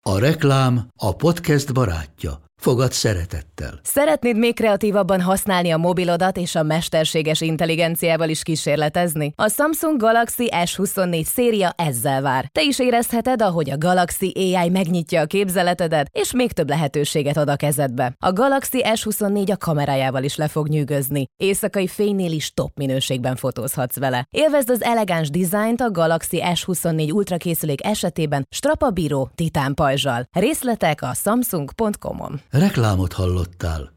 A reklám a podcast barátja. Fogad szeretettel. Szeretnéd még kreatívabban használni a mobilodat és a mesterséges intelligenciával is kísérletezni? A Samsung Galaxy S24 széria ezzel vár. Te is érezheted, ahogy a Galaxy AI megnyitja a képzeletedet, és még több lehetőséget ad a kezedbe. A Galaxy S24 a kamerájával is le fog nyűgözni. Éjszakai fénynél is top minőségben fotózhatsz vele. Élvezd az elegáns dizájnt a Galaxy S24 Ultra készülék esetében strapabíró titán pajzsal. Részletek a samsung.com-on. Reklámot hallottál.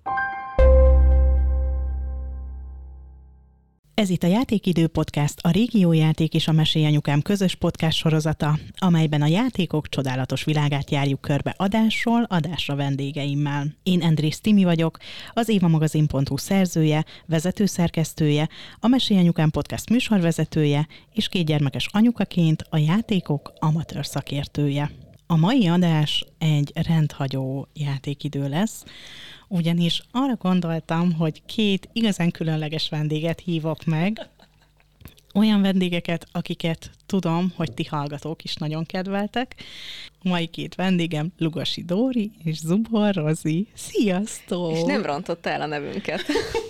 Ez itt a Játékidő Podcast, a Régiójáték és a Mesélyanyukám közös podcast sorozata, amelyben a játékok csodálatos világát járjuk körbe adásról adásra vendégeimmel. Én Andrész Timi vagyok, az évamagazin.hu szerzője, vezetőszerkesztője, a Mesélyanyukám podcast műsorvezetője, és 2 gyermekes anyukaként a játékok amatőr szakértője. A mai adás egy rendhagyó játékidő lesz, ugyanis arra gondoltam, hogy 2 igazán különleges vendéget hívok meg, olyan vendégeket, akiket tudom, hogy ti hallgatók is nagyon kedveltek. A mai 2 vendégem Lugasi Dóri és Zubor Rozi. Sziasztok! És nem rontotta el a nevünket.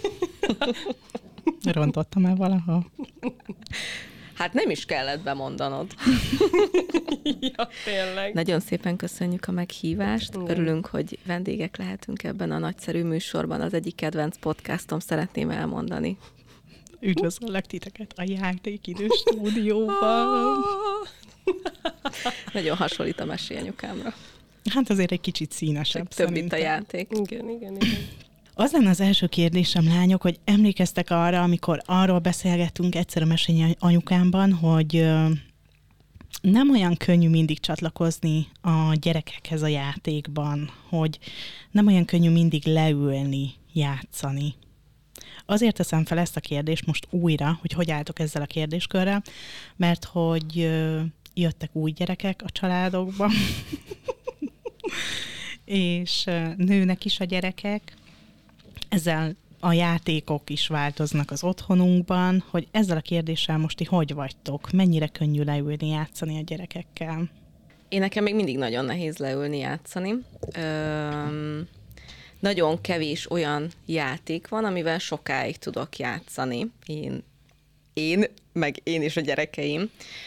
Rontottam el valaha? Hát nem is kellett bemondanod. Ja, tényleg. Nagyon szépen köszönjük a meghívást. Örülünk, hogy vendégek lehetünk ebben a nagyszerű műsorban. Az egyik kedvenc podcastom, szeretném elmondani. Üdvözöllek titeket a Játékidő stúdióban. Nagyon hasonlít a Mesélyanyukámra. Hát azért egy kicsit színesebb. Több itt a játék. Igen. Az lenne az első kérdésem, lányok, hogy emlékeztek arra, amikor arról beszélgettünk egyszer a Mesélyanyukámban, hogy nem olyan könnyű mindig csatlakozni a gyerekekhez a játékban, hogy nem olyan könnyű mindig leülni, játszani. Azért teszem fel ezt a kérdést most újra, hogy álltok ezzel a kérdéskörrel, mert hogy jöttek új gyerekek a családokban, és nőnek is a gyerekek. Ezzel a játékok is változnak az otthonunkban, hogy ezzel a kérdéssel most ti hogy vagytok? Mennyire könnyű leülni, játszani a gyerekekkel? Én nekem még mindig nagyon nehéz leülni, játszani. Nagyon kevés olyan játék van, amivel sokáig tudok játszani. Meg én és a gyerekeim.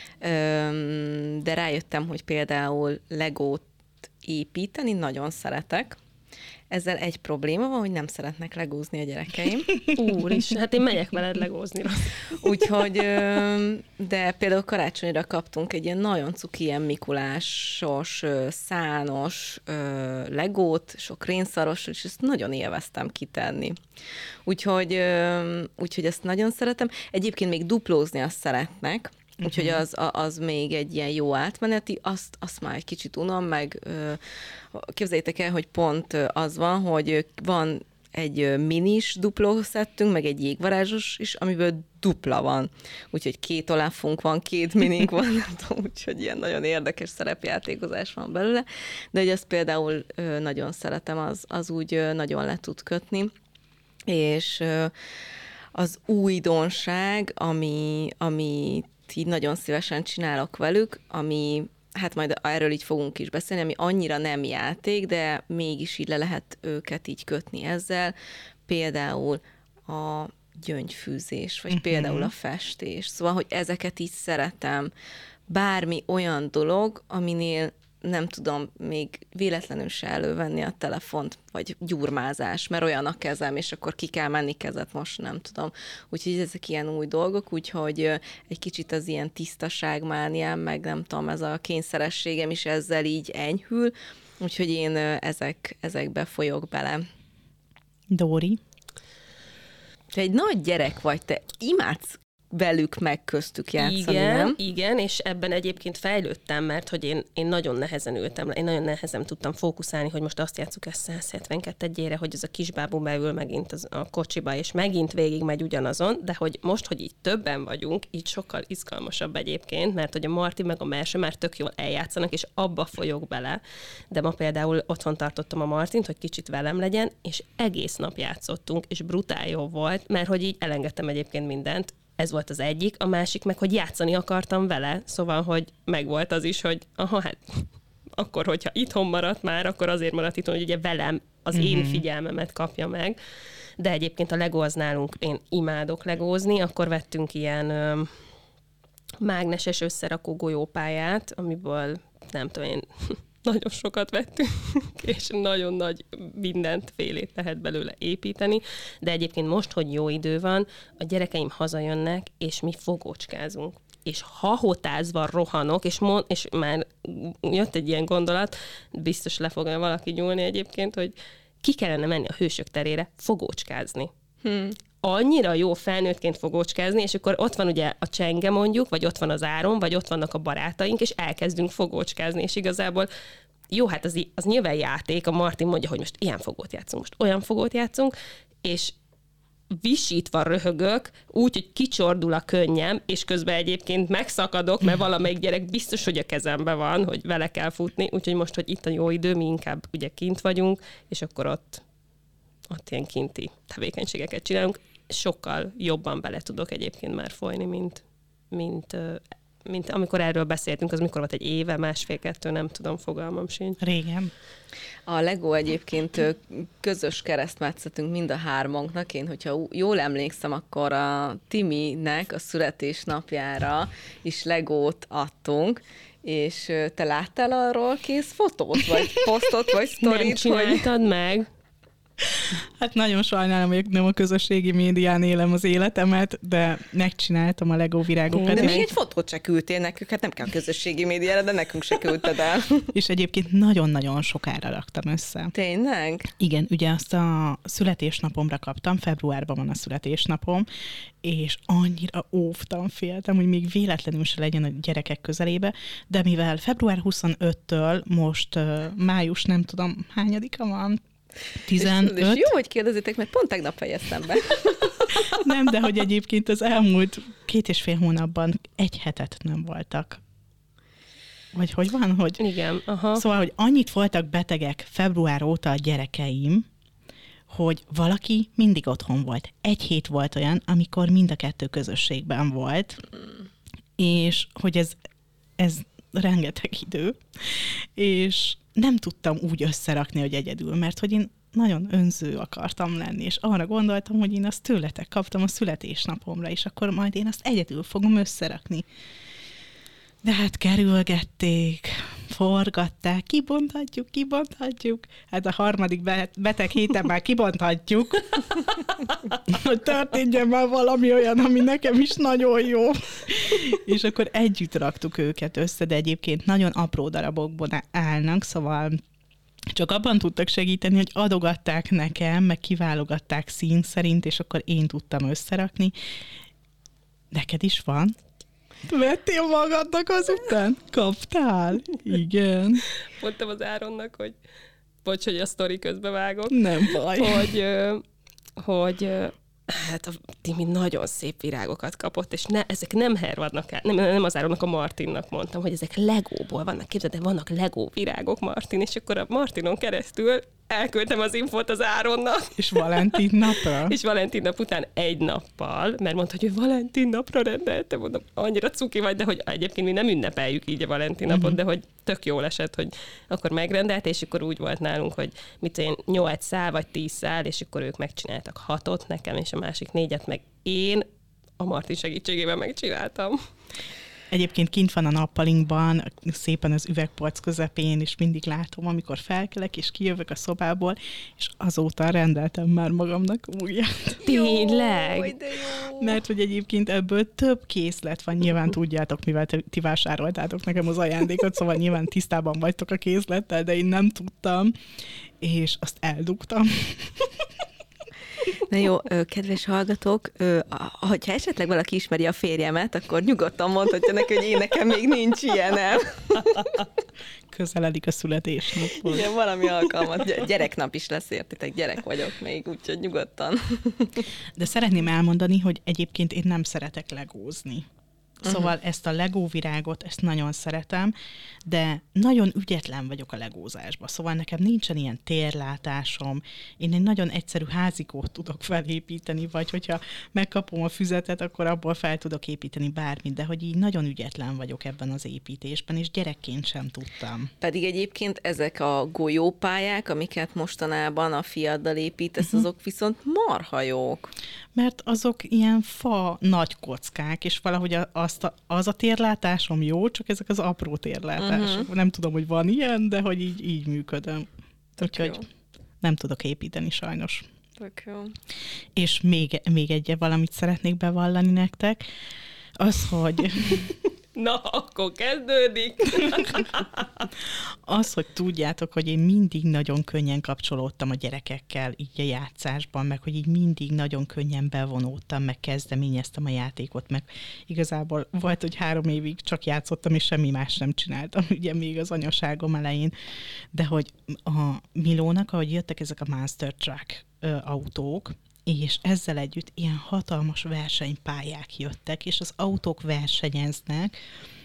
De rájöttem, hogy például Legót építeni nagyon szeretek. Ezzel egy probléma van, hogy nem szeretnek legózni a gyerekeim. Úristen, hát én megyek veled legózni. Úgyhogy, de például karácsonyra kaptunk egy ilyen nagyon cuki, ilyen mikulásos, szános legót, sok rénszaros, és ezt nagyon élveztem kitenni. Úgyhogy ezt nagyon szeretem. Egyébként még duplózni azt szeretnek, úgyhogy az még egy ilyen jó átmeneti, azt már egy kicsit unom, meg képzeljétek el, hogy pont az van, hogy van egy minis duplószettünk, meg egy jégvarázsos is, amiből dupla van. Úgyhogy 2 Olafunk van, 2 minink van, úgyhogy ilyen nagyon érdekes szerepjátékozás van belőle, de hogy azt például nagyon szeretem, az úgy nagyon le tud kötni, és az újdonság, amit így nagyon szívesen csinálok velük, ami, hát majd erről így fogunk is beszélni, ami annyira nem játék, de mégis így le lehet őket így kötni ezzel, például a gyöngyfűzés, vagy például a festés. Szóval, hogy ezeket így szeretem. Bármi olyan dolog, aminél nem tudom még véletlenül se elővenni a telefont, vagy gyurmázás, mert olyan a kezem, és akkor ki kell menni kezet, most nem tudom. Úgyhogy ezek ilyen új dolgok, úgyhogy egy kicsit az ilyen tisztaságmániám, meg nem tudom, ez a kényszerességem is ezzel így enyhül, úgyhogy én ezekbe folyok bele. Dóri? Te egy nagy gyerek vagy, te imádsz velük meg köztük játszani, nem? Igen, és ebben egyébként fejlődtem, mert hogy én nagyon nehezen ültem le, én nagyon nehezen tudtam fókuszálni, hogy most azt játsszuk ezt 172-ére, hogy ez a kisbábú beül megint a kocsiba, és megint végig megy ugyanazon, de hogy most, hogy így többen vagyunk, így sokkal izgalmasabb egyébként, mert hogy a Marti meg a Merse már tök jól eljátszanak, és abba folyok bele. De ma például otthon tartottam a Martint, hogy kicsit velem legyen, és egész nap játszottunk, és brutál jó volt, mert hogy így elengedtem egyébként mindent. Ez volt az egyik, a másik meg, hogy játszani akartam vele, szóval, hogy megvolt az is, hogy hát akkor, hogyha itthon maradt már, akkor azért maradt itthon, hogy ugye velem az én figyelmemet kapja meg. De egyébként a Lego az nálunk, én imádok legózni, akkor vettünk ilyen mágneses összerakó golyópályát, amiből nem tudom én, nagyon sokat vettünk, és nagyon nagy mindenfélét lehet belőle építeni, de egyébként most, hogy jó idő van, a gyerekeim hazajönnek, és mi fogócskázunk. És hahotázva rohanok, és már jött egy ilyen gondolat, biztos le fog valaki nyúlni egyébként, hogy ki kellene menni a Hősök terére fogócskázni. Annyira jó felnőttként fogócskázni, és akkor ott van ugye a csenge mondjuk, vagy ott van az Áron, vagy ott vannak a barátaink, és elkezdünk fogócskázni, és igazából jó, hát az nyilván játék, a Martin mondja, hogy most ilyen fogót játszunk, most olyan fogót játszunk, és visítva röhögök, úgy, hogy kicsordul a könnyem, és közben egyébként megszakadok, mert valamelyik gyerek biztos, hogy a kezemben van, hogy vele kell futni, úgyhogy most, hogy itt a jó idő, mi inkább ugye kint vagyunk, és akkor ott ilyen kinti tevékenységeket csinálunk. Sokkal jobban bele tudok egyébként már folyni, mint amikor erről beszéltünk, az mikor volt egy éve, másfél-kettő, nem tudom, fogalmam sincs. Régen. A Lego egyébként közös keresztmetszetünk mind a hármunknak. Én, hogyha jól emlékszem, akkor a Timinek a születésnapjára is Legót adtunk, és te láttál arról kész fotót, vagy posztot, vagy sztorit? Nem csináltad meg? Hát nagyon sajnálom, hogy nem a közösségi médián élem az életemet, de megcsináltam a Lego virágokat. De még egy fotót se küldtél nekünk, hát nem kell a közösségi médiára, de nekünk se küldted el. És egyébként nagyon-nagyon sokára raktam össze. Tényleg? Igen, ugye azt a születésnapomra kaptam, februárban van a születésnapom, és annyira óvtam, féltem, hogy még véletlenül se legyen a gyerekek közelébe, de mivel február 25-től most május nem tudom hányadika van, 15. És jó, hogy kérdezitek, mert pont tegnap fejeztem be. Nem, de hogy egyébként az elmúlt 2,5 hónapban egy hetet nem voltak. Vagy hogy van? Hogy... Igen, aha. Szóval, hogy annyit voltak betegek február óta a gyerekeim, hogy valaki mindig otthon volt. Egy hét volt olyan, amikor mind a kettő közösségben volt, és hogy ez rengeteg idő, és nem tudtam úgy összerakni, hogy egyedül, mert hogy én nagyon önző akartam lenni, és arra gondoltam, hogy én azt tőletek kaptam a születésnapomra, és akkor majd én azt egyedül fogom összerakni. De hát kerülgették, forgatták, kibonthatjuk. Hát a harmadik beteg héten már kibonthatjuk, hogy történjen már valami olyan, ami nekem is nagyon jó. És akkor együtt raktuk őket össze, de egyébként nagyon apró darabokból állnak, szóval csak abban tudtak segíteni, hogy adogatták nekem, meg kiválogatták szín szerint, és akkor én tudtam összerakni. Neked is van? Vettél magadnak azután? Kaptál? Igen. Mondtam az Áronnak, hogy bocs, hogy a sztori közbe vágok. Nem baj. Hogy hát a Timi nagyon szép virágokat kapott, és ezek nem hervadnak el. Nem az Áronnak, a Martinnak mondtam, hogy ezek Legóból vannak. Képzeld, de vannak Legó virágok, Martin, és akkor a Martinon keresztül elküldtem az infót az Áronnak. És Valentin napra? És Valentin nap után egy nappal, mert mondta, hogy ő Valentin napra rendelte, mondom, annyira cuki vagy, de hogy egyébként mi nem ünnepeljük így a Valentin napot, de hogy tök jól esett, hogy akkor megrendelte, és akkor úgy volt nálunk, hogy mit én 8 szál vagy 10 szál, és akkor ők megcsináltak 6-ot nekem, és a másik 4-et meg én a Martin segítségével megcsináltam. Egyébként kint van a nappalinkban, szépen az üvegpolc közepén, és mindig látom, amikor felkelek, és kijövök a szobából, és azóta rendeltem már magamnak újat. Tényleg? Jaj, de jó. Mert hogy egyébként ebből több készlet van, nyilván tudjátok, mivel ti vásároltátok nekem az ajándékot, szóval nyilván tisztában vagytok a készlettel, de én nem tudtam, és azt eldugtam. Na jó, kedves hallgatók, hogyha esetleg valaki ismeri a férjemet, akkor nyugodtan mondhatja neki, hogy nekem még nincs ilyenem. Közeledik a születésnapod. Igen, valami alkalmat. Gyereknap is lesz, értitek, gyerek vagyok még, úgyhogy nyugodtan. De szeretném elmondani, hogy egyébként én nem szeretek legózni. Szóval ezt a Lego virágot, ezt nagyon szeretem, de nagyon ügyetlen vagyok a legózásba. Szóval nekem nincsen ilyen térlátásom. Én egy nagyon egyszerű házikót tudok felépíteni, vagy hogyha megkapom a füzetet, akkor abból fel tudok építeni bármit, de hogy így nagyon ügyetlen vagyok ebben az építésben, és gyerekként sem tudtam. Pedig egyébként ezek a golyópályák, amiket mostanában a fiaddal építesz, azok viszont marha jók. Mert azok ilyen fa nagy kockák, és valahogy az a térlátásom jó, csak ezek az apró térlátások. Nem tudom, hogy van ilyen, de hogy így működöm. Úgyhogy nem tudok építeni sajnos. Tök jó. És még egy valamit szeretnék bevallani nektek, az, hogy... Na, akkor kezdődik. Az, hogy tudjátok, hogy én mindig nagyon könnyen kapcsolódtam a gyerekekkel így a játszásban, meg hogy így mindig nagyon könnyen bevonódtam, meg kezdeményeztem a játékot, meg igazából volt, hogy 3 évig csak játszottam, és semmi más nem csináltam, ugye még az anyaságom elején. De hogy a Milónak, ahogy jöttek ezek a Monster Truck autók, és ezzel együtt ilyen hatalmas versenypályák jöttek, és az autók versenyeznek,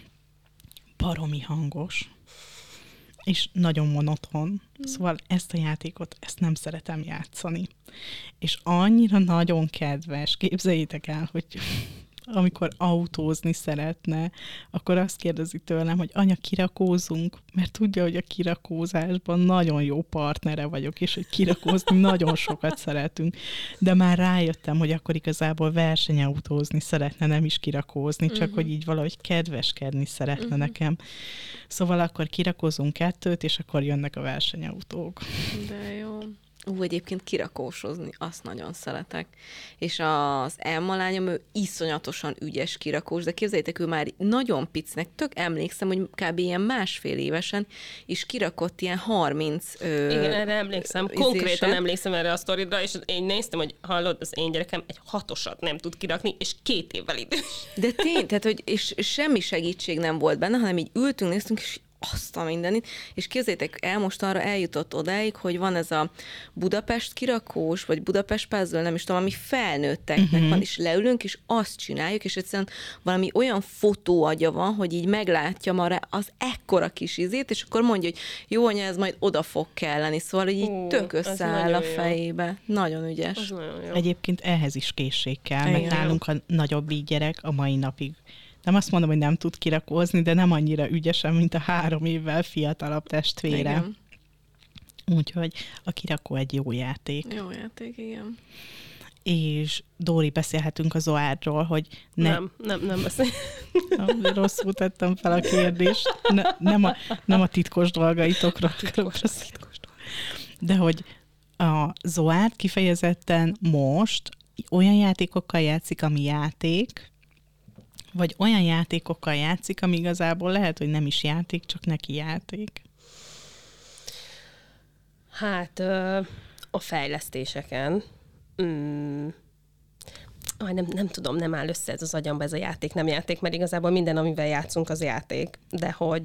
baromi hangos, és nagyon monoton. Szóval ezt a játékot, ezt nem szeretem játszani. És annyira nagyon kedves, képzeljétek el, hogy amikor autózni szeretne, akkor azt kérdezi tőlem, hogy anya, kirakózunk, mert tudja, hogy a kirakózásban nagyon jó partnere vagyok, és hogy kirakózni nagyon sokat szeretünk. De már rájöttem, hogy akkor igazából versenyautózni szeretne, nem is kirakózni, csak hogy így valahogy kedveskedni szeretne nekem. Szóval akkor kirakózunk 2, és akkor jönnek a versenyautók. De jó. Egyébként kirakósozni, azt nagyon szeretek. És az Elma lányom, ő iszonyatosan ügyes kirakós, de képzeljétek, ő már nagyon picnek, tök emlékszem, hogy kb. Ilyen 1,5 évesen is kirakott ilyen 30 Igen, erre emlékszem. Konkrétan emlékszem erre a sztoridra, és én néztem, hogy hallod, az én gyerekem egy 6-osat nem tud kirakni, és 2 évvel idős. De tény, tehát, hogy és semmi segítség nem volt benne, hanem így ültünk, néztünk, és azt a mindenit, és képzeljétek el, most arra eljutott odáig, hogy van ez a Budapest kirakós, vagy Budapest puzzle, nem is tudom, ami felnőtteknek van, és leülünk, és azt csináljuk, és egyszerűen valami olyan fotóagya van, hogy így meglátja már az ekkora kis izét, és akkor mondja, hogy jó anya, ez majd oda fog kelleni, szóval, hogy így tök összeáll a fejébe. Nagyon ügyes. Nagyon jó. Egyébként ehhez is készség kell, meg nálunk a nagyobb gyerek a mai napig. Nem azt mondom, hogy nem tud kirakózni, de nem annyira ügyesen, mint a 3 évvel fiatalabb testvére. Igen. Úgyhogy a kirakó egy jó játék. Jó játék, igen. És Dóri, beszélhetünk a Zoárról, hogy Nem beszél. Rosszul tettem fel a kérdést. Nem a titkos dolgaitokra. De hogy a Zoár kifejezetten most olyan játékokkal játszik, ami játék, vagy olyan játékokkal játszik, ami igazából lehet, hogy nem is játék, csak neki játék. Hát a fejlesztéseken nem tudom, nem áll össze ez az agyamba, ez a játék, nem játék, mert igazából minden, amivel játszunk, az játék. De hogy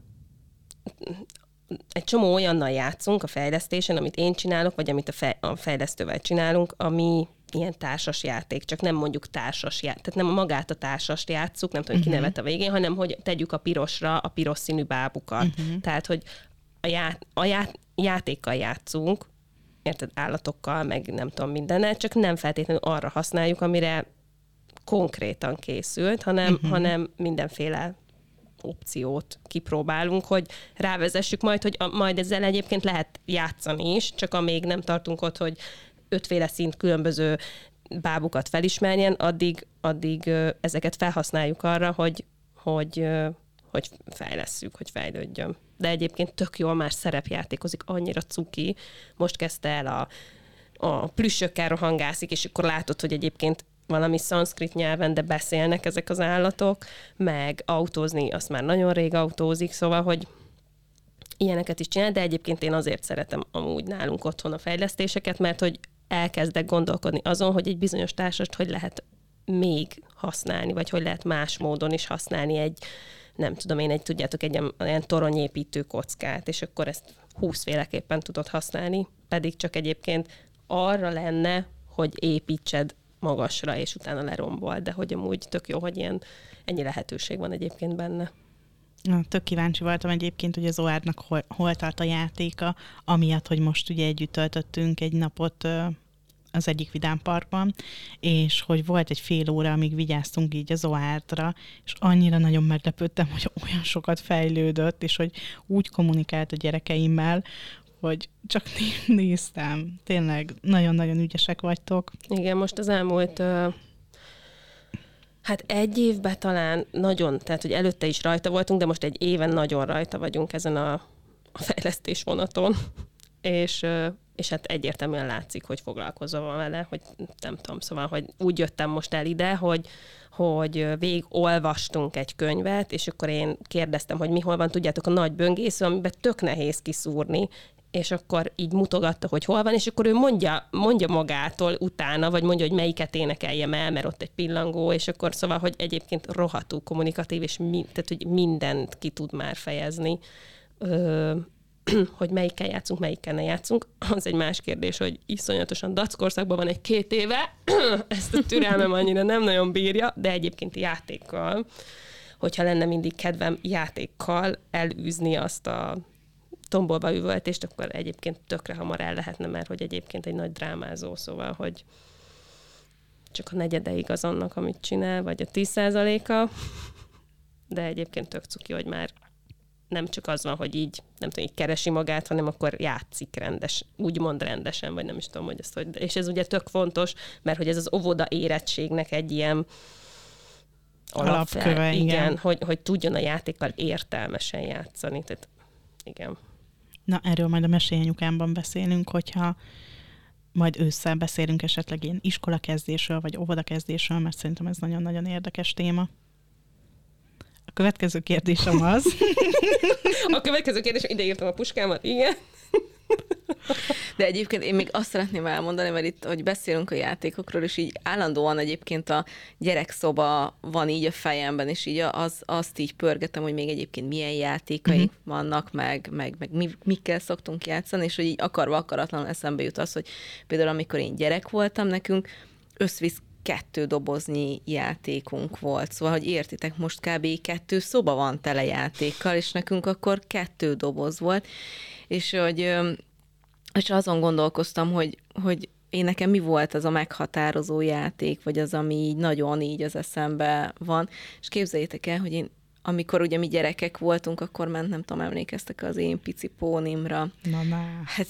egy csomó olyannal játszunk a fejlesztésen, amit én csinálok, vagy amit a fejlesztővel csinálunk, ami ilyen társas játék, csak nem mondjuk társas játék, tehát nem magát a társast játsszuk, nem tudom, ki nevet a végén, hanem hogy tegyük a pirosra a piros színű bábukat. Tehát, hogy a játékkal játszunk, érted, állatokkal, meg nem tudom mindennel, csak nem feltétlenül arra használjuk, amire konkrétan készült, hanem mindenféle opciót kipróbálunk, hogy rávezessük majd, hogy majd ezzel egyébként lehet játszani is, csak amíg nem tartunk ott, hogy 5 szint különböző bábukat felismerjen, addig ezeket felhasználjuk arra, hogy fejlesszük, hogy fejlődjön. De egyébként tök jól már szerepjátékozik, annyira cuki. Most kezdte el a plüssökkel rohangászik, és akkor látod, hogy egyébként valami szanszkrit nyelven, de beszélnek ezek az állatok, meg autózni, azt már nagyon rég autózik, szóval, hogy ilyeneket is csinál, de egyébként én azért szeretem amúgy nálunk otthon a fejlesztéseket, mert hogy elkezdek gondolkodni azon, hogy egy bizonyos társast hogy lehet még használni, vagy hogy lehet más módon is használni tudjátok, egy ilyen toronyépítő kockát, és akkor ezt 20 féleképpen tudod használni, pedig csak egyébként arra lenne, hogy építsed magasra, és utána lerombol, de hogy amúgy tök jó, hogy ennyi lehetőség van egyébként benne. Tök kíváncsi voltam egyébként, hogy az OR-nak hol tart a játéka, amiatt, hogy most ugye együtt töltöttünk egy napot az egyik vidámparkban, és hogy volt egy fél óra, amíg vigyáztunk így az OR-ra, és annyira nagyon meglepődtem, hogy olyan sokat fejlődött, és hogy úgy kommunikált a gyerekeimmel, hogy csak néztem. Tényleg nagyon-nagyon ügyesek vagytok. Igen, most az elmúlt egy évben talán nagyon, tehát hogy előtte is rajta voltunk, de most egy éven nagyon rajta vagyunk ezen a fejlesztés vonaton, és hát egyértelműen látszik, hogy foglalkozva van vele, hogy nem tudom, szóval, hogy úgy jöttem most el ide, hogy végig olvastunk egy könyvet, és akkor én kérdeztem, hogy mi hol van, tudjátok, a nagy böngésző, amiben tök nehéz kiszúrni, és akkor így mutogatta, hogy hol van, és akkor ő mondja magától utána, vagy mondja, hogy melyiket énekeljem el, mert ott egy pillangó, és akkor szóval, hogy egyébként rohadtul kommunikatív, és tehát, hogy mindent ki tud már fejezni, hogy melyikkel játszunk, melyikkel ne játszunk. Az egy más kérdés, hogy iszonyatosan dackorszakban van egy 2 éve, ezt a türelmem annyira nem nagyon bírja, de egyébként játékkal, hogyha lenne mindig kedvem játékkal elűzni azt a tombolva üvöltést, akkor egyébként tökre hamar el lehetne, mert hogy egyébként egy nagy drámázó, szóval, hogy csak a negyede igaz annak, amit csinál, vagy a 10%-a, de egyébként tök cuki, hogy már nem csak az van, hogy így, nem tudom, így keresi magát, hanem akkor játszik úgymond rendesen, vagy nem is tudom, hogy ezt hogy... És ez ugye tök fontos, mert hogy ez az óvoda érettségnek egy ilyen alapköve, igen. Hogy tudjon a játékkal értelmesen játszani. Tehát igen. Na, erről majd a Mesélyanyukámban beszélünk, hogyha majd ősszel beszélünk esetleg ilyen iskolakezdésről, vagy óvodakezdésről, mert szerintem ez nagyon-nagyon érdekes téma. A következő kérdésem az... A következő kérdésem, ide írtam a puskámat, igen. De egyébként én még azt szeretném elmondani, mert itt, hogy beszélünk a játékokról, és így állandóan egyébként a gyerekszoba van így a fejemben, és így azt így pörgetem, hogy még egyébként milyen játékaink vannak, meg mikkel szoktunk játszani, és hogy így akaratlanul eszembe jut az, hogy például amikor én gyerek voltam, nekünk összvisz 2 doboznyi játékunk volt. Szóval, hogy értitek, most kb. 2 szoba van tele játékkal, és nekünk akkor 2 doboz volt, és hogy és azon gondolkoztam, hogy én nekem mi volt az a meghatározó játék, vagy az, ami így nagyon így az eszembe van, és képzeljétek el, hogy én amikor ugye mi gyerekek voltunk, akkor nem tudom, emlékeztek az én pici pónimra. Hát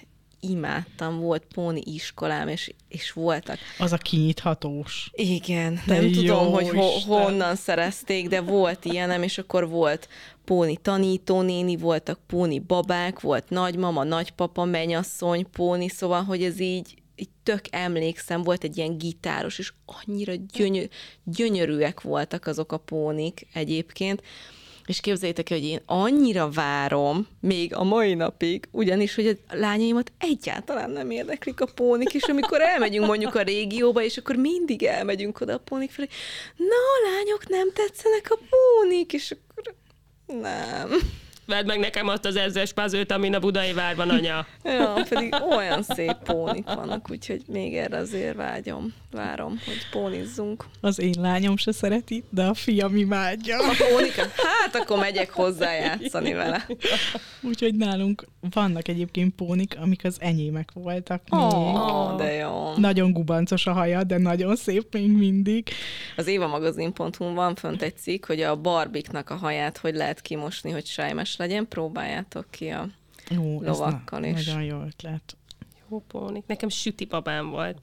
imádtam, volt póni iskolám, és voltak. Az a kinyithatós. Igen, nem tudom, hogy honnan szerezték, de volt ilyenem, és akkor volt póni tanítónéni, voltak póni babák, volt nagymama, nagypapa, mennyasszony, póni, szóval, hogy ez így tök emlékszem, volt egy ilyen gitáros, és annyira gyönyörűek voltak azok a pónik egyébként, és képzeljétek el, hogy én annyira várom, még a mai napig, ugyanis, hogy a lányaimat egyáltalán nem érdeklik a pónik, és amikor elmegyünk mondjuk a régióba, és akkor mindig elmegyünk oda a pónik felé, na, lányok, nem tetszenek a pónik, és akkor nem. Vedd meg nekem azt az 1000-es puzzle-t, amin a Budai várban, anya. Ja, pedig olyan szép pónik vannak, úgyhogy még erre azért várom, hogy pónizzunk. Az én lányom se szereti, de a fiam imádja. A pónikat? Hát akkor megyek hozzá játszani vele. Úgyhogy nálunk vannak egyébként pónik, amik az enyémek voltak még. De jó. Nagyon gubancos a haja, de nagyon szép még mindig. Az évamagazin.hu-n van fönt egy cikk, hogy a Barbiknak a haját hogy lehet kimosni, hogy sájmes legyen, próbáljátok ki a lovakkal is. Nagyon jó ötlet. Jó pónik. Nekem süti babám volt.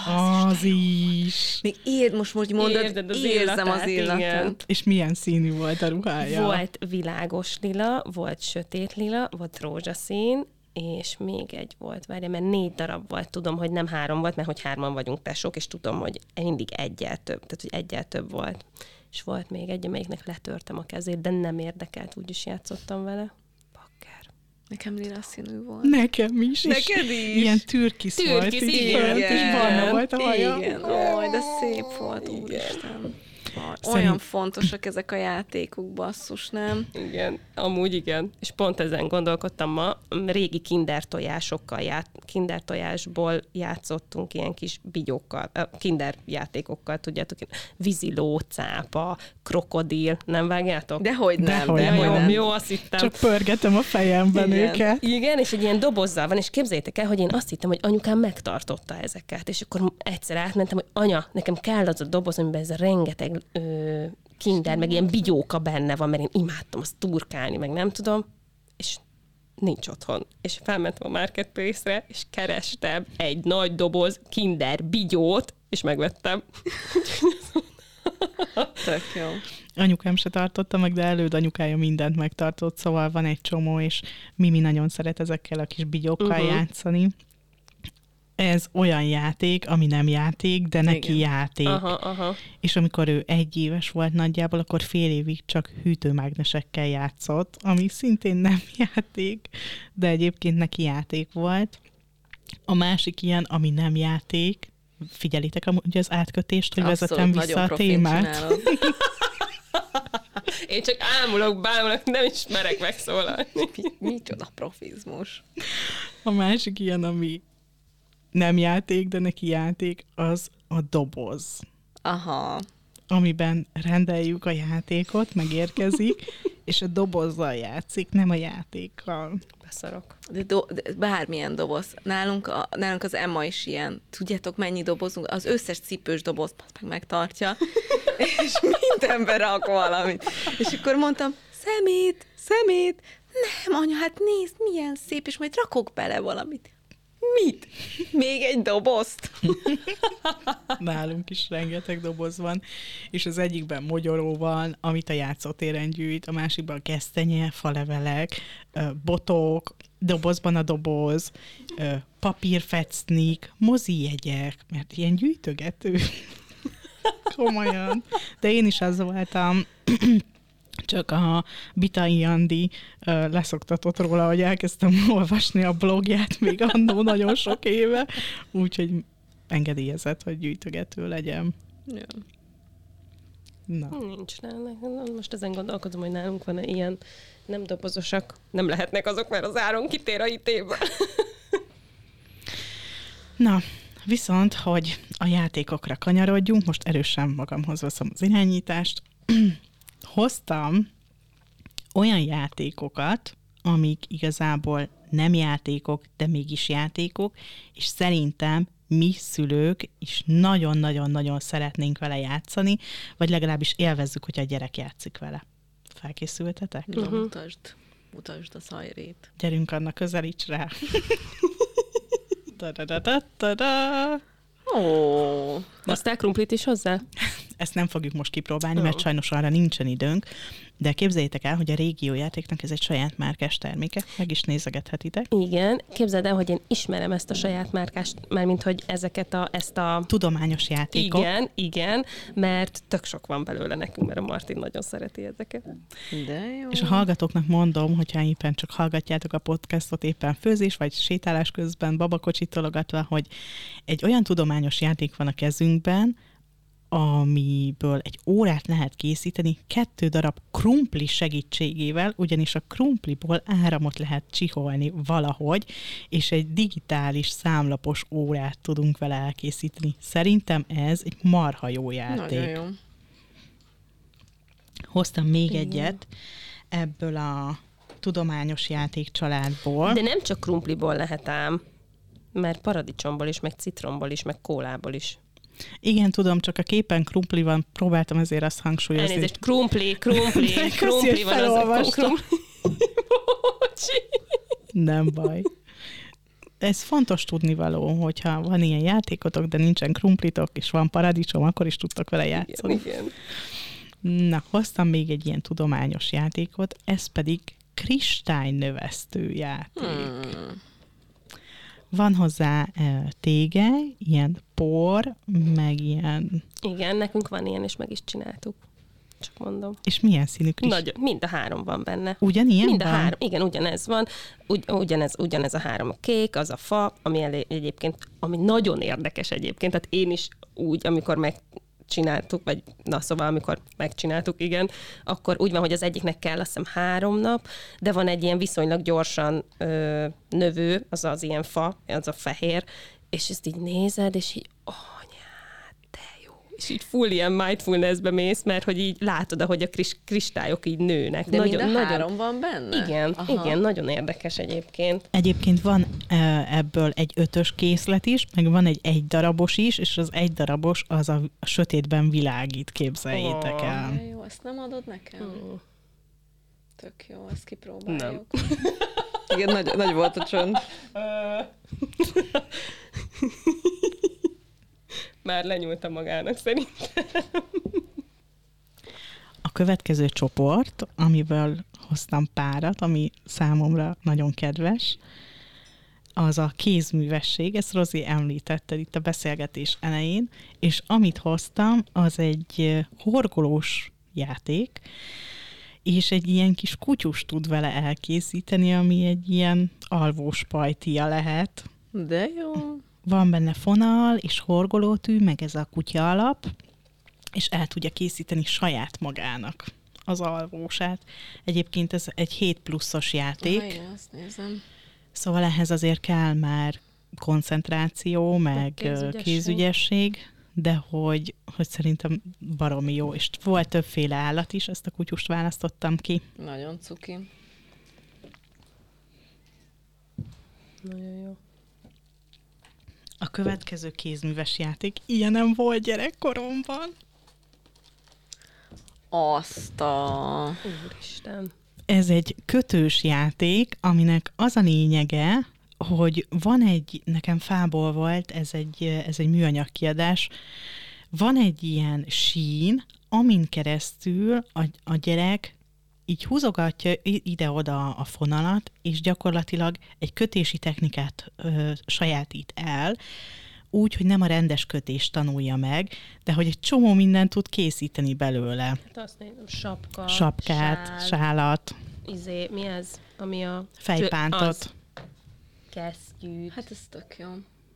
Az is. Még most mondod, érzem az illatát. És milyen színű volt a ruhája? Volt világos lila, volt sötét lila, volt rózsaszín, és még egy volt, várjál, mert 4 darab volt, tudom, hogy nem 3 volt, mert hogy 3-an vagyunk tesók, és tudom, hogy mindig egyel több, tehát hogy egyel több volt. És volt még egy, amelyiknek letörtem a kezét, de nem érdekelt, úgyis játszottam vele. Bakker. Nekem lila színű volt. Nekem is. Neked is? Ilyen türkisz volt. Igen. És barna volt a haja. Igen, de szép volt, úristen. Olyan fontosak ezek a játékok, basszus, nem? Igen, amúgy igen. És pont ezen gondolkodtam ma, régi kinder tojásból játszottunk ilyen kis bigyókkal, kinder játékokkal, tudjátok, víziló, cápa, krokodil, nem vágjátok? Dehogy nem. Jó, azt hittem. Csak pörgetem a fejemben őket. Igen, és egy ilyen dobozzal van, és képzeljétek el, hogy én azt hittem, hogy anyukám megtartotta ezeket, és akkor egyszer átmentem, hogy anya, nekem kell az a doboz, amiben ez a rengeteg kinder, meg ilyen bigyóka benne van, mert én imádtam azt turkálni, meg nem tudom, és nincs otthon. És felmentem a Marketplace-re, és kerestem egy nagy doboz kinder bigyót, és megvettem. Tök jó. Anyukám se tartotta meg, de anyukája mindent megtartott, szóval van egy csomó, és Mimi nagyon szeret ezekkel a kis bigyókkal játszani. Ez olyan játék, ami nem játék, de neki játék. Aha. És amikor ő 1 éves volt nagyjából, akkor fél évig csak hűtőmágnesekkel játszott, ami szintén nem játék, de egyébként neki játék volt. A másik ilyen, ami nem játék, figyelitek amúgy az átkötést, hogy vezetem vissza a témát. Én csak bámulok, nem is merek megszólalni. Micsoda profizmus. A másik ilyen, ami nem játék, de neki játék, az a doboz. Aha. Amiben rendeljük a játékot, megérkezik, és a dobozzal játszik, nem a játékkal. Beszarok. De bármilyen doboz. Nálunk az Emma is ilyen. Tudjátok, mennyi dobozunk? Az összes cipős doboz megtartja, és mindenbe rak valamit. És akkor mondtam, szemét. Nem, anya, hát nézd, milyen szép, és majd rakok bele valamit. Mit? Még egy dobozt? Nálunk is rengeteg doboz van, és az egyikben mogyoró van, amit a játszótéren gyűjt, a másikban gesztenye, falevelek, botok, dobozban a doboz, papírfecnik, mozijegyek, mert ilyen gyűjtögető. Komolyan. De én is az voltam, csak a Bitai Andi leszoktatott róla, hogy elkezdtem olvasni a blogját még annó nagyon sok éve, úgyhogy engedélyezett, hogy gyűjtögető legyen. Ja. Na. Nincs nálunk. Most ezen gondolkodom, hogy nálunk van ilyen nem dobozosak. Nem lehetnek azok, mert az áron kitér a IT-ből. Na, viszont, hogy a játékokra kanyarodjunk, most erősen magamhoz veszem az irányítást. Hoztam olyan játékokat, amik igazából nem játékok, de mégis játékok, és szerintem mi szülők is nagyon-nagyon-nagyon szeretnénk vele játszani, vagy legalábbis élvezzük, hogy a gyerek játszik vele. Felkészültetek? Mutasd a szajrét. Gyerünk, Anna, közelíts rá. Da-da-da-da-da-da. Ó. Hoztál krumplit is hozzá? Ezt nem fogjuk most kipróbálni, mert sajnos arra nincsen időnk, de képzeljétek el, hogy a Régiójátéknak ez egy saját márkás terméke, meg is nézegethetitek. Igen, képzeld el, hogy én ismerem ezt a saját márkást, mármint, hogy ezt a tudományos játékok. Igen, mert tök sok van belőle nekünk, mert a Martin nagyon szereti ezeket. De jó. És a hallgatóknak mondom, hogyha éppen csak hallgatjátok a podcastot, éppen főzés, vagy sétálás közben, babakocsit tologatva, hogy egy olyan tudományos játék van a kezünkben, amiből egy órát lehet készíteni 2 darab krumpli segítségével, ugyanis a krumpliból áramot lehet csiholni valahogy, és egy digitális számlapos órát tudunk vele elkészíteni. Szerintem ez egy marha jó játék. Nagyon jó. Hoztam még egyet ebből a tudományos játékcsaládból. De nem csak krumpliból lehet ám, mert paradicsomból is, meg citromból is, meg kólából is. Igen, tudom, csak a képen krumpli van, próbáltam ezért azt hangsúlyozni. Elnézést, krumpli van az a Nem baj. Ez fontos tudnivaló, hogyha van ilyen játékotok, de nincsen krumplitok, és van paradicsom, akkor is tudtok vele játszani. Igen. Na, hoztam még egy ilyen tudományos játékot, ez pedig kristálynövesztő játék. Van hozzá tégely, ilyen por, meg ilyen... Igen, nekünk van ilyen, és meg is csináltuk. Csak mondom. És milyen színű kristály? Nagyon, mind a 3 van benne. Ugyanilyen mind van? A 3, igen, ugyanez van. Ugyanez a 3 a kék, az a fa, ami egyébként, ami nagyon érdekes egyébként. Tehát én is úgy, amikor csináltuk, vagy na szóval amikor megcsináltuk, igen, akkor úgy van, hogy az egyiknek kell azt hiszem 3 nap, de van egy ilyen viszonylag gyorsan növő, az ilyen fa, az a fehér, és ezt így nézed, és így és így full ilyen mindfulnessbe mész, mert hogy így látod, ahogy a kristályok így nőnek. De nagyon, mind a 3 van benne? Igen, nagyon érdekes egyébként. Egyébként van ebből egy 5-ös készlet is, meg van egy 1 darabos is, és az 1 darabos az a sötétben világít, képzeljétek el. Jó, ezt nem adod nekem? Tök jó, ezt kipróbáljuk. Nem. Igen, nagy volt a csönd. Már lenyúlta magának szerintem. A következő csoport, amiből hoztam párat, ami számomra nagyon kedves, az a kézművesség, ezt Rozi említetted itt a beszélgetés elején, és amit hoztam, az egy horgolós játék, és egy ilyen kis kutyus tud vele elkészíteni, ami egy ilyen alvós pajtia lehet. De jó. Van benne fonal és horgolótű, meg ez a kutya alap, és el tudja készíteni saját magának az alvósát. Egyébként ez egy 7 pluszos játék. Igen, azt nézem. Szóval ehhez azért kell már koncentráció, meg kézügyesség, de hogy szerintem baromi jó. És volt többféle állat is, ezt a kutyust választottam ki. Nagyon cuki. Nagyon jó. A következő kézműves játék ilyenem volt gyerekkoromban. Úristen. Ez egy kötős játék, aminek az a lényege, hogy van nekem fából volt, ez egy műanyag kiadás, van egy ilyen sín, amin keresztül a gyerek így húzogatja ide-oda a fonalat, és gyakorlatilag egy kötési technikát sajátít el, úgy, hogy nem a rendes kötést tanulja meg, de hogy egy csomó mindent tud készíteni belőle. Hát azt nézem, sapkát, sálat. Mi ez? Ami a... Fejpántot. Kesztyűt. Hát ez tök jó.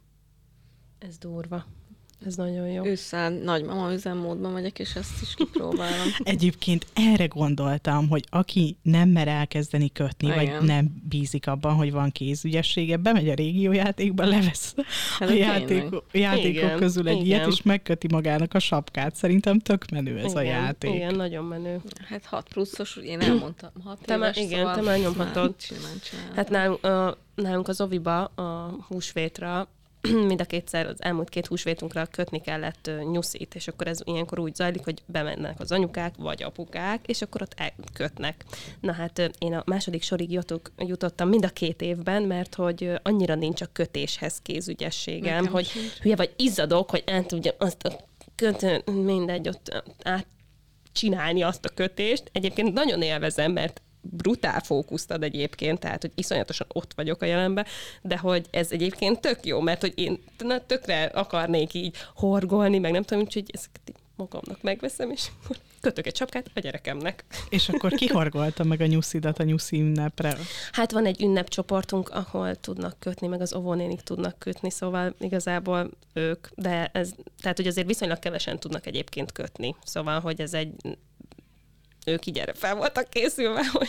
Ez durva. Ez nagyon jó. Ősszel nagymama üzemmódban vagyok, és ezt is kipróbálom. Egyébként erre gondoltam, hogy aki nem mer elkezdeni kötni, igen, vagy nem bízik abban, hogy van kézügyessége, bemegy a régiójátékba, levesz a játékok közül egy ilyet, és megköti magának a sapkát. Szerintem tök menő ez a játék. Igen, nagyon menő. Hát 6 pluszos, én elmondtam, 6 éves, igen, szóval te már nyomhatod. Csinál. Hát nálunk az oviba a húsvétra mind a kétszer az elmúlt 2 húsvétunkra kötni kellett nyuszit, és akkor ez ilyenkor úgy zajlik, hogy bemennek az anyukák vagy apukák, és akkor ott kötnek. Na hát én a második sorig jutottam mind a 2 évben, mert hogy annyira nincs a kötéshez kézügyességem, nekem hogy hülye vagy izzadok, hogy át tudjam azt a mindegy, ott csinálni azt a kötést. Egyébként nagyon élvezem, mert brutál fókuszt ad egyébként, tehát, hogy iszonyatosan ott vagyok a jelenben, de hogy ez egyébként tök jó, mert hogy én tökre akarnék így horgolni, meg nem tudom, úgyhogy ezeket magamnak megveszem, és akkor kötök egy sapkát a gyerekemnek. És akkor kihorgolta meg a nyuszidat a nyuszi ünnepre? Hát van egy ünnepcsoportunk, ahol tudnak kötni, meg az óvónénik tudnak kötni, szóval igazából ők, de ez, tehát, hogy azért viszonylag kevesen tudnak egyébként kötni, szóval, hogy ez egy ők így erre fel voltak készülve, hogy...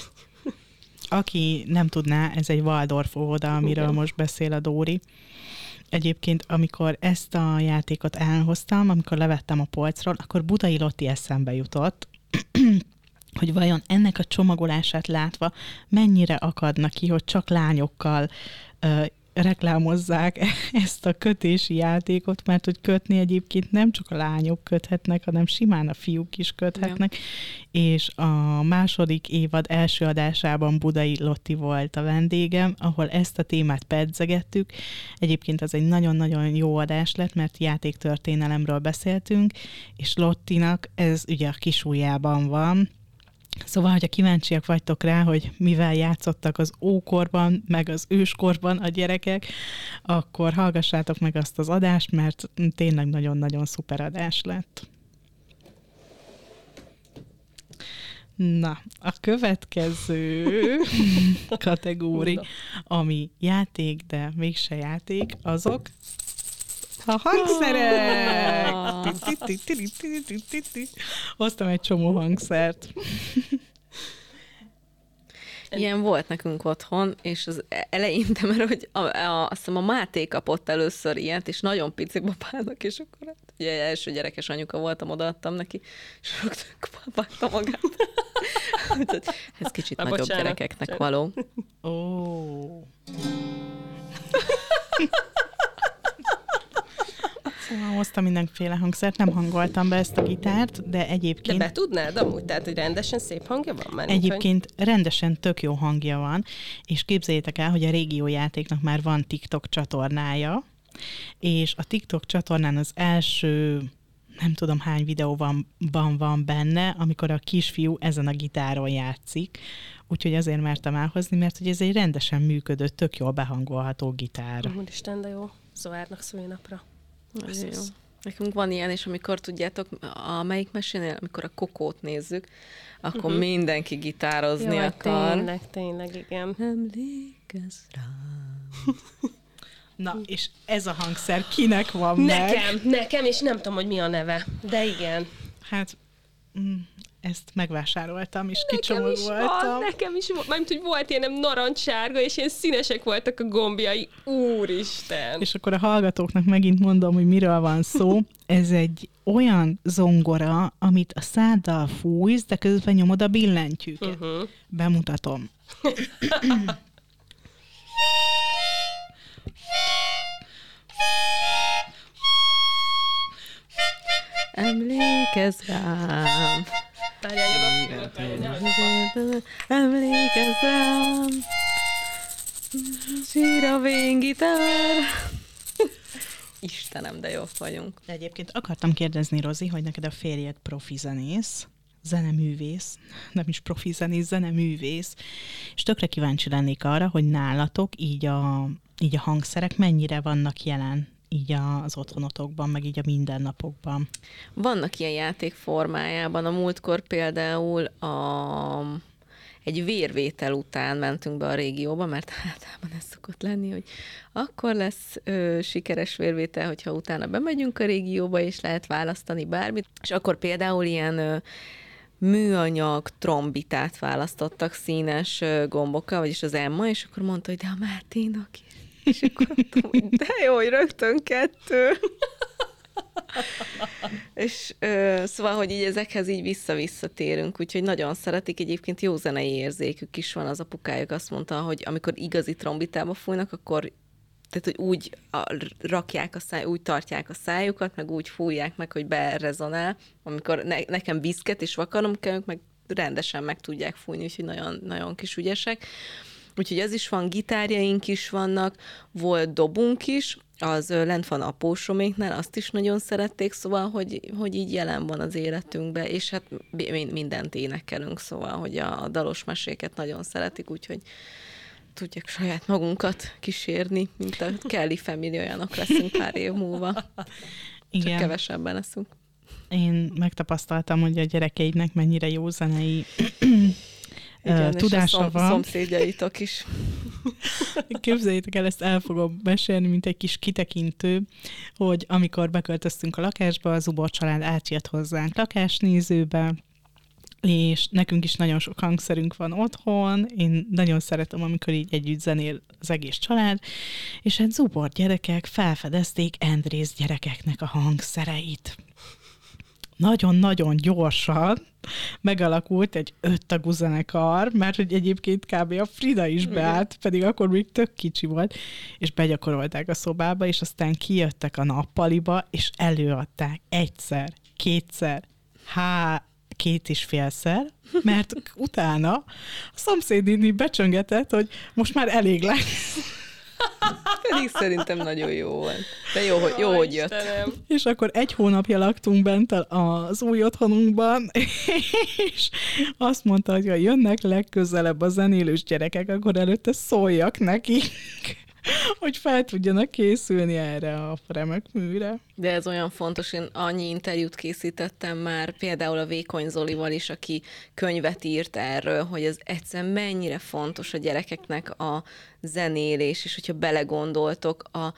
Aki nem tudná, ez egy Waldorf óvoda, amiről most beszél a Dóri. Egyébként, amikor ezt a játékot elhoztam, amikor levettem a polcról, akkor Budai Lotti eszembe jutott, hogy vajon ennek a csomagolását látva mennyire akadna ki, hogy csak lányokkal reklámozzák ezt a kötési játékot, mert hogy kötni egyébként nem csak a lányok köthetnek, hanem simán a fiúk is köthetnek, és a második évad első adásában Budai Lotti volt a vendégem, ahol ezt a témát pedzegettük. Egyébként az egy nagyon-nagyon jó adás lett, mert játéktörténelemről beszéltünk, és Lottinak ez ugye a kisujjában van. Szóval, hogyha kíváncsiak vagytok rá, hogy mivel játszottak az ókorban, meg az őskorban a gyerekek, akkor hallgassátok meg azt az adást, mert tényleg nagyon-nagyon szuper adás lett. Na, a következő kategória, ami játék, de mégse játék, azok A hangszerek! Hoztam egy csomó hangszert. Ilyen volt nekünk otthon, és az eleinte, mert hogy azt hiszem a Máté kapott először ilyet, és nagyon pici papának, és akkor hát, ugye első gyerekes anyuka voltam, odaadtam neki, és rögtön vágta magát. Ez kicsit nagyobb bocsánat. gyerekeknek való. Ó. Szóval hoztam mindenféle hangszert, nem hangoltam be ezt a gitárt, de De egyébként... be tudnád amúgy? Tehát, hogy rendesen szép hangja van már? Egyébként rendesen tök jó hangja van, és képzeljétek el, hogy a régiójátéknak már van TikTok csatornája, és a TikTok csatornán az első nem tudom hány videóban van benne, amikor a kisfiú ezen a gitáron játszik, úgyhogy azért mertem elhozni, mert hogy ez egy rendesen működő, tök jól behangolható gitár. Úristen, de jó. Zoárnak szülinapra. Nagyon jó. Nekünk van ilyen, és amikor tudjátok, melyik mesénél, amikor a Kokót nézzük, akkor mindenki gitározni Jaj, akar. tényleg, igen. Emlékezz rám. Na, és ez a hangszer kinek van meg? Nekem, és nem tudom, hogy mi a neve. De igen. Hát, ezt megvásároltam, és Nekem is kicsomagoltam. van, nekem is van. Mármint, hogy volt ilyen narancssárga, és ilyen színesek voltak a gombjai. Úristen! És akkor a hallgatóknak megint mondom, hogy miről van szó. Ez egy olyan zongora, amit a száddal fújsz, de közben nyomod a billentyűket. Bemutatom. Emlékezz rám. Emlékezz rám. Sír a véngitár. Istenem, de jók vagyunk. De egyébként akartam kérdezni, Rozi, hogy neked a férjed profi zenész, zeneművész, nem is profi zenész, zeneművész, és tökre kíváncsi lennék arra, hogy nálatok így a hangszerek mennyire vannak jelen így az otthonotokban, meg így a mindennapokban. Vannak ilyen játék formájában. A múltkor például egy vérvétel után mentünk be a régióba, mert általában ez szokott lenni, hogy akkor lesz sikeres vérvétel, hogyha utána bemegyünk a régióba, és lehet választani bármit. És akkor például ilyen műanyag trombitát választottak színes gombokkal, vagyis az Emma, és akkor mondta, hogy de a Máténak is. És akkor mondtam, hogy de jó, hogy rögtön 2. És szóval, hogy így ezekhez így visszatérünk, úgyhogy nagyon szeretik, egyébként jó zenei érzékük is van, az apukájuk azt mondta, hogy amikor igazi trombitába fújnak, akkor tehát, hogy úgy rakják úgy tartják a szájukat, meg úgy fújják meg, hogy berezonál, amikor nekem viszket és vakarom kell, ők meg rendesen meg tudják fújni, úgyhogy nagyon, nagyon kis ügyesek. Úgyhogy az is van, gitárjaink is vannak, volt dobunk is, az lent van apósoméknál, azt is nagyon szerették, szóval, hogy így jelen van az életünkben, és hát mindent énekelünk, szóval, hogy a dalos meséket nagyon szeretik, úgyhogy tudják saját magunkat kísérni, mint a Kelly Family, olyanok leszünk pár év múlva. Igen. Csak kevesebben leszünk. Én megtapasztaltam, hogy a gyerekeidnek mennyire jó zenei igen, tudása és a van. szomszédjaitok is. Képzeljétek el, ezt el fogom mesélni, mint egy kis kitekintő, hogy amikor beköltöztünk a lakásba, az Zubor család átjött hozzánk lakásnézőbe, és nekünk is nagyon sok hangszerünk van otthon, én nagyon szeretem, amikor így együtt zenél az egész család, és hát Zubor gyerekek felfedezték Andrész gyerekeknek a hangszereit. Nagyon-nagyon gyorsan megalakult egy 5 tagú zenekar, mert hogy egyébként kb. A Frida is beállt, pedig akkor még tök kicsi volt, és begyakorolták a szobába, és aztán kijöttek a nappaliba, és előadták egyszer, kétszer, 2,5-szer, mert utána a szomszédnéni becsöngetett, hogy most már elég lesz. Pedig szerintem nagyon jó volt. De jó, hogy jött. Istenem. És akkor 1 hónapja laktunk bent az új otthonunkban, és azt mondta, hogy ha jönnek legközelebb a zenélős gyerekek, akkor előtte szóljak nekik, hogy fel tudjanak készülni erre a remek műre. De ez olyan fontos, én annyi interjút készítettem már, például a Vékony Zolival is, aki könyvet írt erről, hogy ez egyszerűen mennyire fontos a gyerekeknek a zenélés, és hogyha belegondoltok,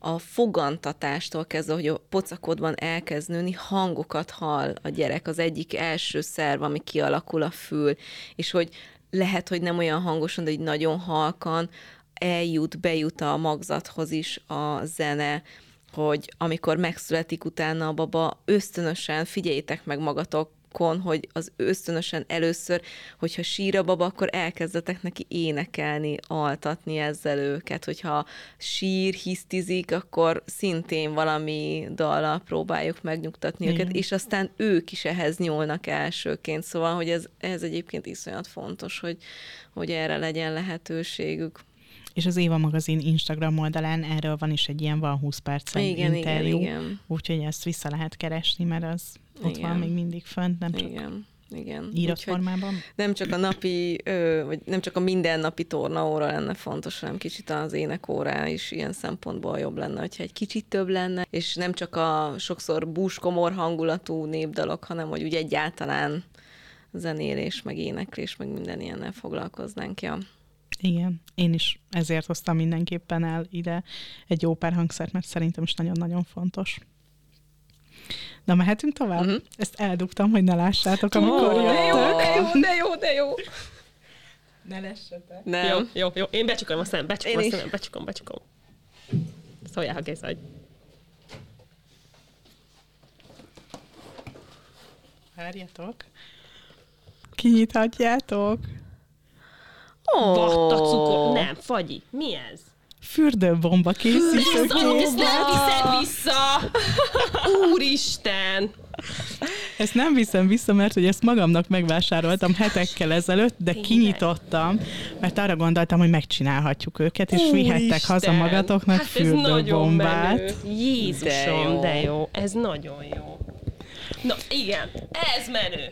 a fogantatástól kezdve, hogy a pocakodban elkezd nőni, hangokat hall a gyerek, az egyik első szerv, ami kialakul a fül, és hogy lehet, hogy nem olyan hangosan, de így nagyon halkan bejut a magzathoz is a zene, hogy amikor megszületik utána a baba, ösztönösen, figyeljétek meg magatokon, hogy az ösztönösen először, hogyha sír a baba, akkor elkezdetek neki énekelni, altatni ezzel őket, hogyha sír, hisztizik, akkor szintén valami dallal próbáljuk megnyugtatni őket, és aztán ők is ehhez nyúlnak elsőként, szóval, hogy ez egyébként iszonyat fontos, hogy erre legyen lehetőségük. És az Éva magazin Instagram oldalán erről van is egy ilyen van 20 percen interjú, úgyhogy ezt vissza lehet keresni, mert az ott van még mindig fönt, nem csak írott formában. Nem csak a napi, vagy nem csak a mindennapi tornaóra lenne fontos, hanem kicsit az énekórá is ilyen szempontból jobb lenne, hogyha egy kicsit több lenne, és nem csak a sokszor búskomor hangulatú népdalok, hanem hogy úgy egyáltalán zenélés, meg éneklés, meg minden ilyennel foglalkoznánk, ja. Igen, én is ezért hoztam mindenképpen el ide egy jó pár hangszert, mert szerintem is nagyon-nagyon fontos. Na, mehetünk tovább? Ezt eldugtam, hogy ne lássátok, amikor jöttök. De jó. Ne lessetek. Nem. Jó. Én becsukom a szemem, becsukom. Szóljál, ha kész vagy. Várjatok. Kinyithatjátok. Vatta cukor. Nem, fagyi. Mi ez? Fürdőbomba készítőkész. Ezt nem viszed vissza! Úristen! Ezt nem viszem vissza, mert hogy ezt magamnak megvásároltam hetekkel ezelőtt, de kinyitottam, mert arra gondoltam, hogy megcsinálhatjuk őket, és vihettek haza magatoknak fürdőbombát. Jézusom, de jó. Ez nagyon jó. Na igen, ez menő.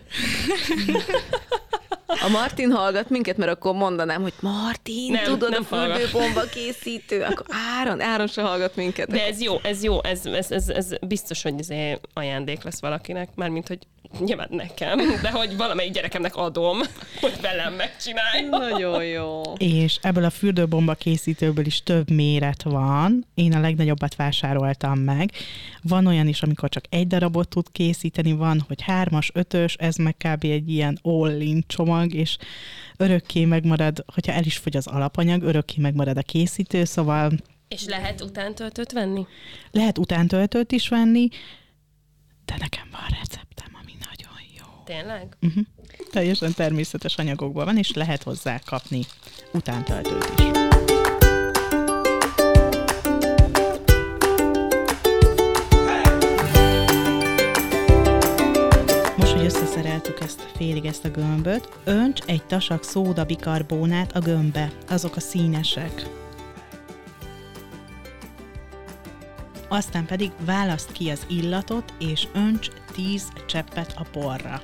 A Martin hallgat minket, mert akkor mondanám, hogy Martin, nem, tudod, nem a fürdőbomba készítő, akkor Áron se hallgat minket. De ez jó, ez biztos, hogy ez ajándék lesz valakinek, mármint, hogy nyilván nekem, de hogy valamelyik gyerekemnek adom, hogy velem megcsinálja. Nagyon jó. És ebből a fürdőbomba készítőből is több méret van. Én a legnagyobbat vásároltam meg. Van olyan is, amikor csak egy darabot tud készíteni, van, hogy 3-as, 5-ös, ez meg kb. Egy ilyen all-in csomag, és örökké megmarad, hogyha el is fogy az alapanyag, örökké megmarad a készítő, szóval... És lehet utántöltőt venni? Lehet utántöltőt is venni, de nekem van receptem, ami nagyon jó. Tényleg? Teljesen természetes anyagokban van, és lehet hozzá kapni utántöltőt is. Most, hogy összeszereltük félig ezt a gömböt, önts egy tasak szódabikarbónát a gömbbe, azok a színesek. Aztán pedig választ ki az illatot, és önts 10 cseppet a porra.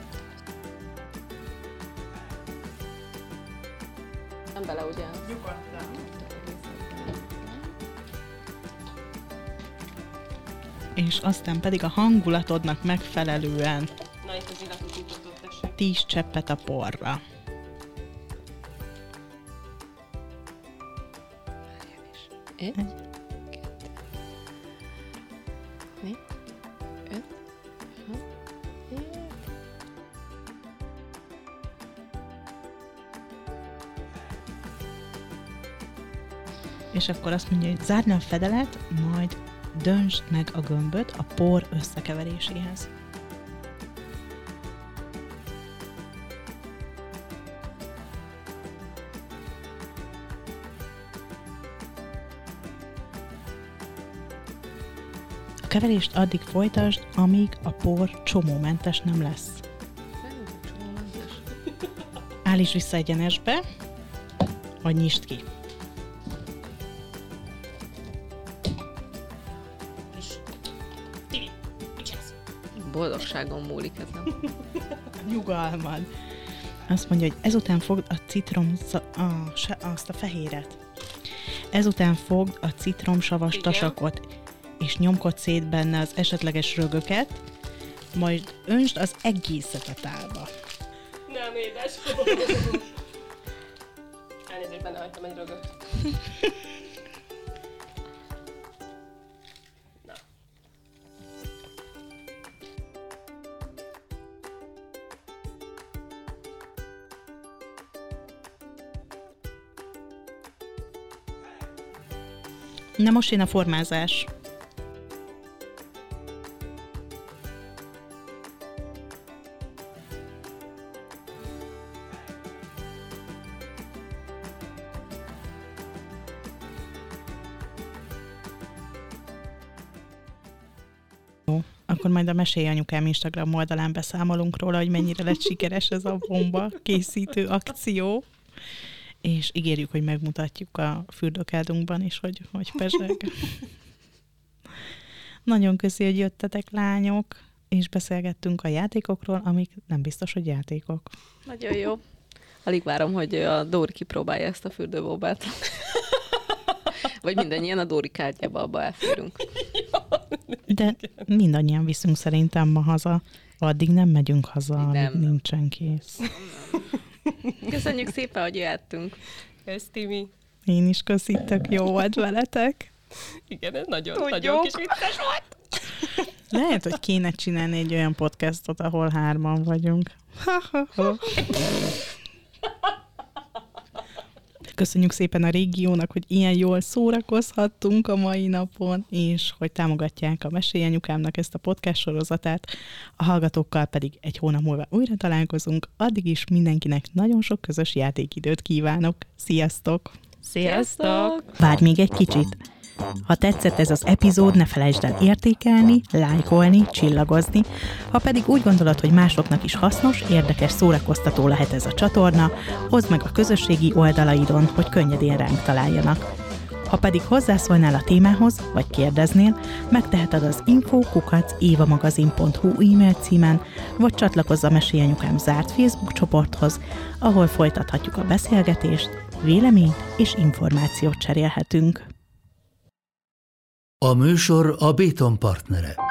Nem bele, ugye? Nyugodtan. És aztán pedig a hangulatodnak megfelelően Na, itt az illatot nyitottad, tessék. 10 cseppet a porra. Egy, 2, 4, 5, 6, 7. És akkor azt mondja, hogy zárd le a fedelet, majd döntsd meg a gömböt a por összekeveréséhez. A keverést addig folytasd, amíg a por csomómentes nem lesz. Állíts vissza egyenesbe, vagy nyisd ki. Boldogságon múlik ez, nem? Nyugalmad. Azt mondja, hogy ezután fogd a citrom, azt a fehéret. Ezután fogd a citromsavas tasakot, és nyomkodj szét benne az esetleges rögöket, majd öntsd az egészet a tálba. Nem, édes. Elnézést, benne hagytam egy rögöt. Na most jön a formázás. Akkor majd a Mesélj Anyukám Instagram oldalán beszámolunk róla, hogy mennyire lett sikeres ez a bomba készítő akció. És ígérjük, hogy megmutatjuk a fürdőkádunkban is, hogy pezseg. Nagyon köszi, hogy jöttetek, lányok, és beszélgettünk a játékokról, amik nem biztos, hogy játékok. Nagyon jó. Alig várom, hogy a Dóri kipróbálja ezt a fürdőbombát. Vagy mindannyian a Dóri kártyába abba elférünk. De mindannyian viszünk szerintem ma haza. Addig nem megyünk haza, amíg nincsen kész. Köszönjük szépen, hogy jöttünk. Kösz, Timi. Én is köszítek, jó volt veletek. Igen, ez nagyon kis vicces volt. Lehet, hogy kéne csinálni egy olyan podcastot, ahol 3 vagyunk. Köszönjük szépen a régiónak, hogy ilyen jól szórakozhattunk a mai napon, és hogy támogatják a Mesélj Anyukámnak ezt a podcast sorozatát. A hallgatókkal pedig egy hónap múlva újra találkozunk. Addig is mindenkinek nagyon sok közös játékidőt kívánok. Sziasztok! Sziasztok! Várj még egy kicsit! Ha tetszett ez az epizód, ne felejtsd el értékelni, lájkolni, csillagozni. Ha pedig úgy gondolod, hogy másoknak is hasznos, érdekes, szórakoztató lehet ez a csatorna, hozd meg a közösségi oldalaidon, hogy könnyedén ránk találjanak. Ha pedig hozzászólnál a témához, vagy kérdeznél, megteheted az info@evamagazin.hu e-mail címen, vagy csatlakozz a Mesélj Anyukám zárt Facebook csoporthoz, ahol folytathatjuk a beszélgetést, véleményt és információt cserélhetünk. A műsor a Béton partnere.